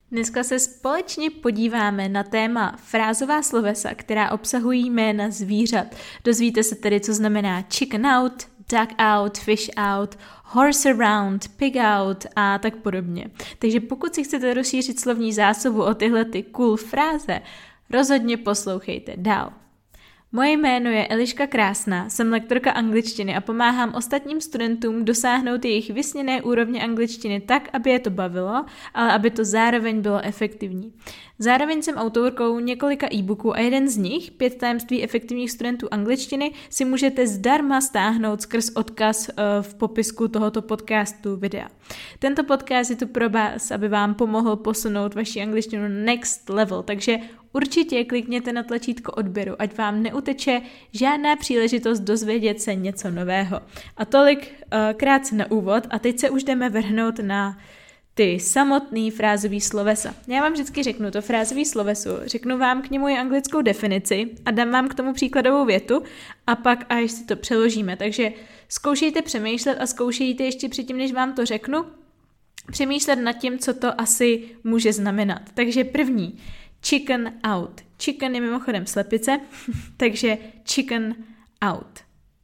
Dneska se společně podíváme na téma frázová slovesa, která obsahují jména zvířat. Dozvíte se tedy, co znamená chicken out, duck out, fish out, horse around, pig out a tak podobně. Takže pokud si chcete rozšířit slovní zásobu o tyhle ty cool fráze, rozhodně poslouchejte dál. Moje jméno je Eliška Krásná, jsem lektorka angličtiny a pomáhám ostatním studentům dosáhnout jejich vysněné úrovně angličtiny tak, aby je to bavilo, ale aby to zároveň bylo efektivní. Zároveň jsem autorkou několika e-booků a jeden z nich, 5 tajemství efektivních studentů angličtiny, si můžete zdarma stáhnout skrz odkaz v popisku tohoto podcastu videa. Tento podcast je tu pro vás, aby vám pomohl posunout vaši angličtinu next level, takže určitě klikněte na tlačítko odběru, ať vám neuteče žádná příležitost dozvědět se něco nového. A tolik krátce na úvod a teď se už jdeme vrhnout na ty samotný frázový slovesa. Já vám vždycky řeknu to frázový sloveso, řeknu vám k němu i anglickou definici a dám vám k tomu příkladovou větu a pak až si to přeložíme. Takže zkoušejte přemýšlet a zkoušejte ještě předtím, než vám to řeknu, přemýšlet nad tím, co to asi může znamenat. Takže první, chicken out. Chicken je mimochodem slepice, takže chicken out.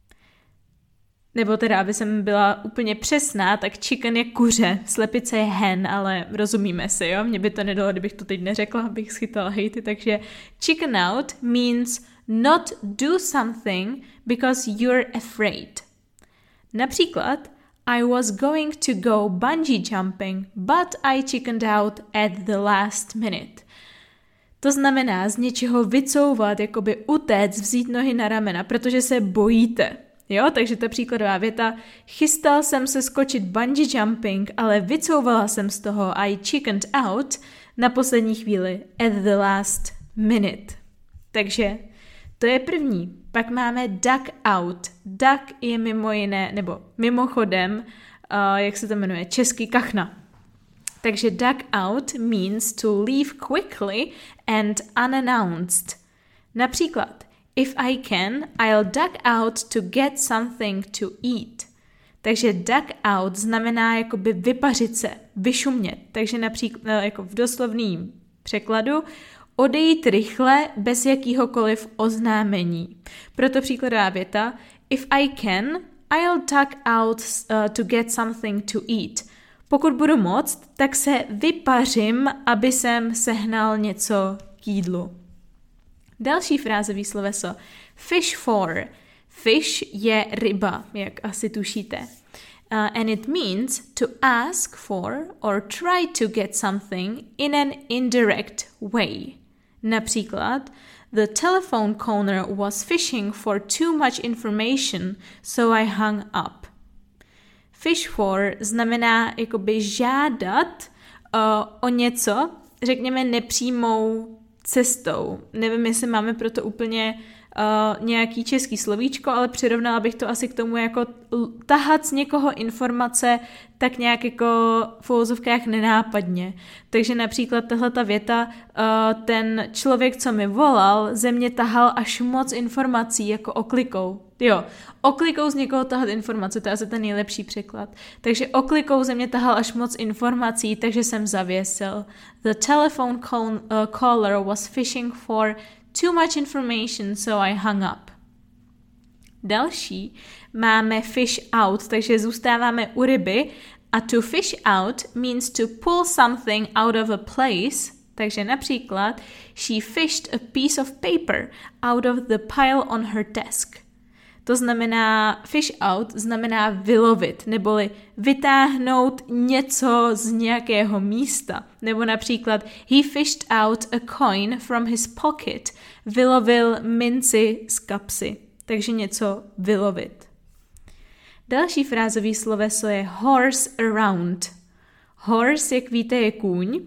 Nebo teda, aby jsem byla úplně přesná, tak chicken je kuře, slepice je hen, ale rozumíme si, jo? Mně by to nedalo, kdybych to teď neřekla, abych schytala hejty, takže chicken out means not do something because you're afraid. Například, I was going to go bungee jumping, but I chickened out at the last minute. To znamená z něčeho vycouvat, jakoby utéct, vzít nohy na ramena, protože se bojíte. Jo, takže to je příkladová věta. Chystal jsem se skočit bungee jumping, ale vycouvala jsem z toho I chickened out na poslední chvíli at the last minute. Takže to je první. Pak máme duck out. Duck je mimo jiné, nebo mimochodem, jak se to jmenuje, český kachna. Takže duck out means to leave quickly and unannounced. Například, if I can, I'll duck out to get something to eat. Takže duck out znamená jakoby vypařit se, vyšumět. Takže například jako v doslovným překladu odejít rychle bez jakýhokoliv oznámení. Proto příkladová věta, if I can, I'll duck out to get something to eat. Pokud budu moct, tak se vypařím, aby jsem sehnal něco k jídlu. Další frázový sloveso. Fish for. Fish je ryba, jak asi tušíte. And it means to ask for or try to get something in an indirect way. Například, the telephone caller was fishing for too much information, so I hung up. Fish for znamená jakoby žádat o něco, řekněme nepřímou cestou. Nevím, jestli máme proto úplně nějaký český slovíčko, ale přirovnala bych to asi k tomu jako tahat z někoho informace tak nějak jako v uvozovkách nenápadně. Takže například tahleta věta, ten člověk, co mi volal, ze mě tahal až moc informací, jako oklikou. Jo, oklikou z někoho tahat informace, to je asi ten nejlepší překlad. Takže oklikou ze mě tahal až moc informací, takže jsem zavěsil. The telephone caller was fishing for too much information, so I hung up. Další máme fish out, takže zůstáváme u ryby a to fish out means to pull something out of a place, takže například she fished a piece of paper out of the pile on her desk. To znamená, fish out znamená vylovit, neboli vytáhnout něco z nějakého místa. Nebo například, he fished out a coin from his pocket, vylovil minci z kapsy. Takže něco vylovit. Další frázový sloveso je horse around. Horse, jak víte, je kůň.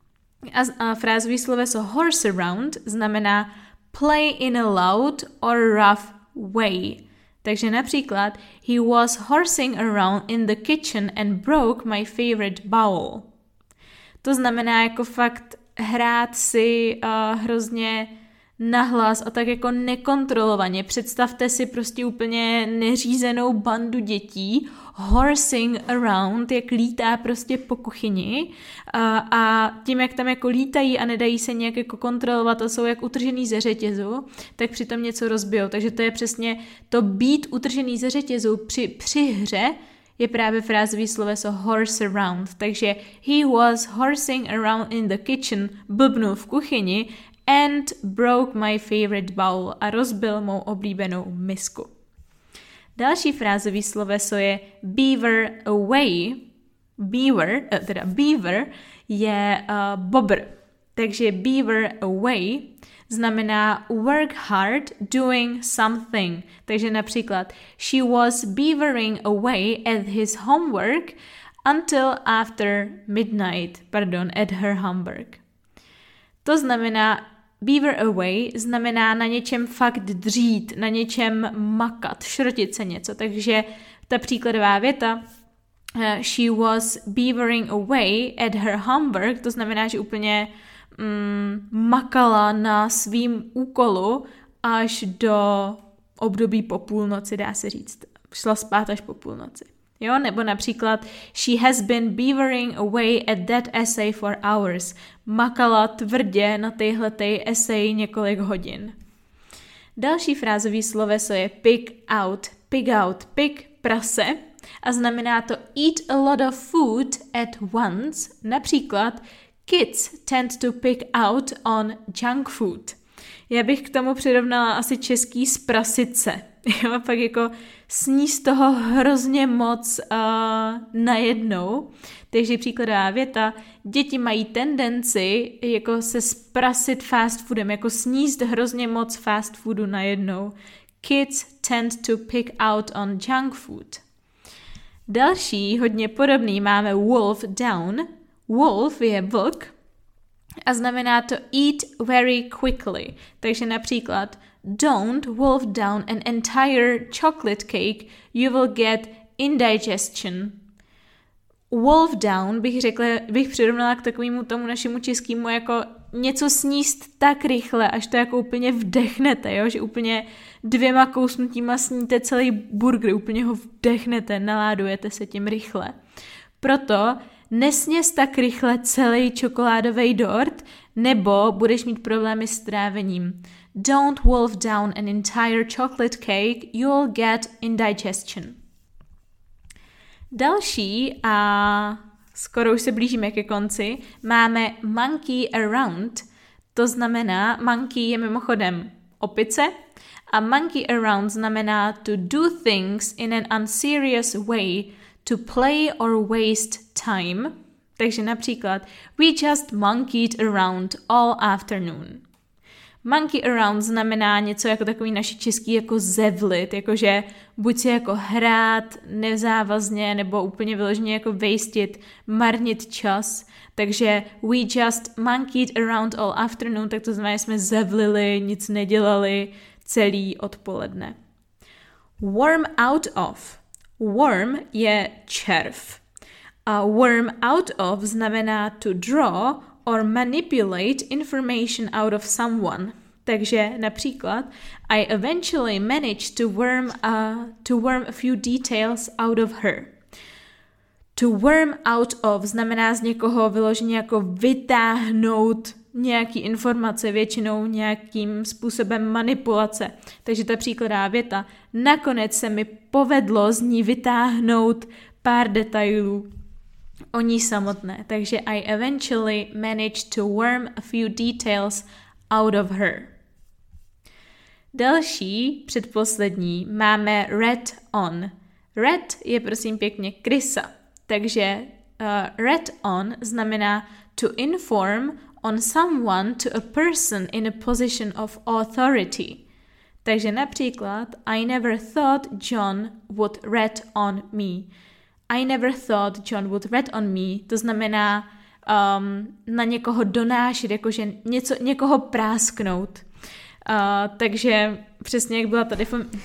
A frázový sloveso horse around znamená play in a loud or rough way. Takže například, he was horsing around in the kitchen and broke my favorite bowl. To znamená jako fakt hrát si hrozně nahlas a tak jako nekontrolovaně. Představte si prostě úplně neřízenou bandu dětí horsing around, jak lítá prostě po kuchyni a tím, jak tam jako lítají a nedají se nějak jako kontrolovat a jsou jak utržený ze řetězu, tak přitom něco rozbijou. Takže to je přesně to být utržený ze řetězu při hře je právě frázový sloveso horse around. Takže he was horsing around in the kitchen, blbnul v kuchyni and broke my favorite bowl a rozbil mou oblíbenou misku. Další frázový sloveso je beaver away. Beaver je bobr. Takže beaver away znamená work hard doing something. Takže například she was beavering away at his homework until after midnight, at her homework. To znamená beaver away znamená na něčem fakt dřít, na něčem makat, šrotit se něco. Takže ta příkladová věta she was beavering away at her homework, to znamená, že úplně makala na svým úkolu až do období po půlnoci, dá se říct. Šla spát až po půlnoci. Jo? Nebo například she has been beavering away at that essay for hours. Makala tvrdě na téhletej essay několik hodin. Další frázový sloveso je pig out. Pig out, pig, prase. A znamená to eat a lot of food at once. Například kids tend to pick out on junk food. Já bych k tomu přirovnala asi český sprasice. Jo, pak jako sníst toho hrozně moc najednou. Takže příkladová věta, děti mají tendenci jako se sprasit fast foodem, jako sníst hrozně moc fast foodu najednou. Kids tend to pick out on junk food. Další, hodně podobný, máme wolf down. Wolf je vlk a znamená to eat very quickly. Takže například don't wolf down an entire chocolate cake, you will get indigestion. Wolf down bych přirovnala k takovému tomu našemu českému jako něco sníst tak rychle, až to jako úplně vdechnete, jo? Že úplně 2 kousnutíma sníte celý burger, úplně ho vdechnete, naládujete se tím rychle. Proto nesněz tak rychle celý čokoládový dort, nebo budeš mít problémy s trávením. Don't wolf down an entire chocolate cake, you'll get indigestion. Další, a skoro už se blížíme ke konci, máme monkey around. To znamená, monkey je mimochodem opice a monkey around znamená to do things in an unserious way, to play or waste time. Takže například we just monkeyed around all afternoon. Monkey around znamená něco jako takový naši český jako zevlit, jakože buď si jako hrát nezávazně nebo úplně vyloženě jako wasted, marnit čas. Takže we just monkeyed around all afternoon, tak to znamená, že jsme zevlili, nic nedělali celý odpoledne. Worm out of. Worm je červ. A worm out of znamená to draw or manipulate information out of someone. Takže například I eventually managed to worm a few details out of her. To worm out of znamená z někoho vyloženě jako vytáhnout nějaký informace, většinou nějakým způsobem manipulace. Takže ta příkladná věta, nakonec se mi povedlo z ní vytáhnout pár detailů o ní samotné. Takže I eventually managed to worm a few details out of her. Další, předposlední, máme rat on. Rat je prosím pěkně krysa. Takže rat on znamená to inform on someone to a person in a position of authority. Takže například I never thought John would rat on me. I never thought John would rat on me. To znamená na někoho donášet, jakože někoho prásknout. Takže přesně jak byla ta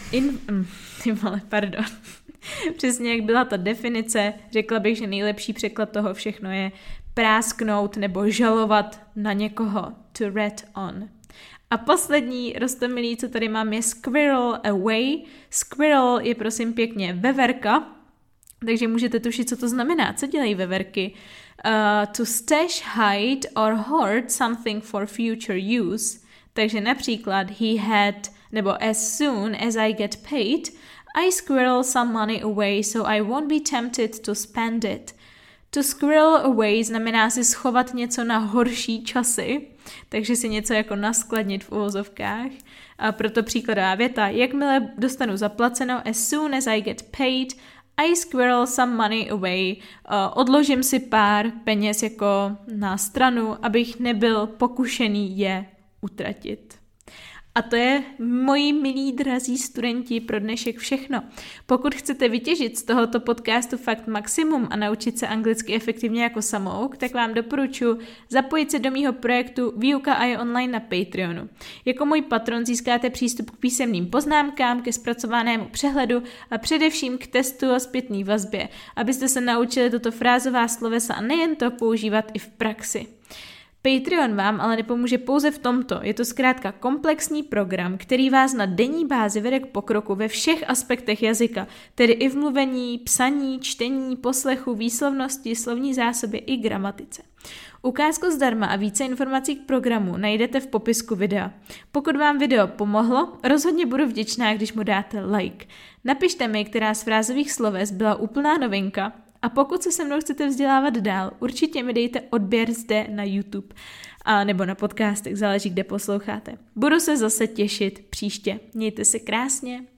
přesně jak byla ta definice, řekla bych, že nejlepší překlad toho všechno je prásknout nebo žalovat na někoho, to rat on. A poslední roztomilý, co tady mám, je squirrel away. Squirrel je prosím pěkně veverka, takže můžete tušit, co to znamená. Co dělají veverky? To stash, hide or hoard something for future use. Takže například he had, nebo as soon as I get paid, I squirrel some money away so I won't be tempted to spend it. To squirrel away znamená si schovat něco na horší časy, takže si něco jako naskladnit v uvozovkách. A proto příkladová věta, jakmile dostanu zaplaceno, as soon as I get paid, I squirrel some money away. Odložím si pár peněz jako na stranu, abych nebyl pokušený je utratit. A to je, moji milí drazí studenti, pro dnešek všechno. Pokud chcete vytěžit z tohoto podcastu fakt maximum a naučit se anglicky efektivně jako samouk, tak vám doporučuji zapojit se do mýho projektu Výuka a je online na Patreonu. Jako můj patron získáte přístup k písemným poznámkám, ke zpracovanému přehledu a především k testu a zpětné vazbě, abyste se naučili toto frázová slovesa a nejen to používat i v praxi. Patreon vám ale nepomůže pouze v tomto, je to zkrátka komplexní program, který vás na denní bázi vede k pokroku ve všech aspektech jazyka, tedy i v mluvení, psaní, čtení, poslechu, výslovnosti, slovní zásobě i gramatice. Ukázku zdarma a více informací k programu najdete v popisku videa. Pokud vám video pomohlo, rozhodně budu vděčná, když mu dáte like. Napište mi, která z frázových sloves byla úplná novinka. A pokud se mnou chcete vzdělávat dál, určitě mi dejte odběr zde na YouTube a nebo na podcastech, záleží, kde posloucháte. Budu se zase těšit příště. Mějte se krásně.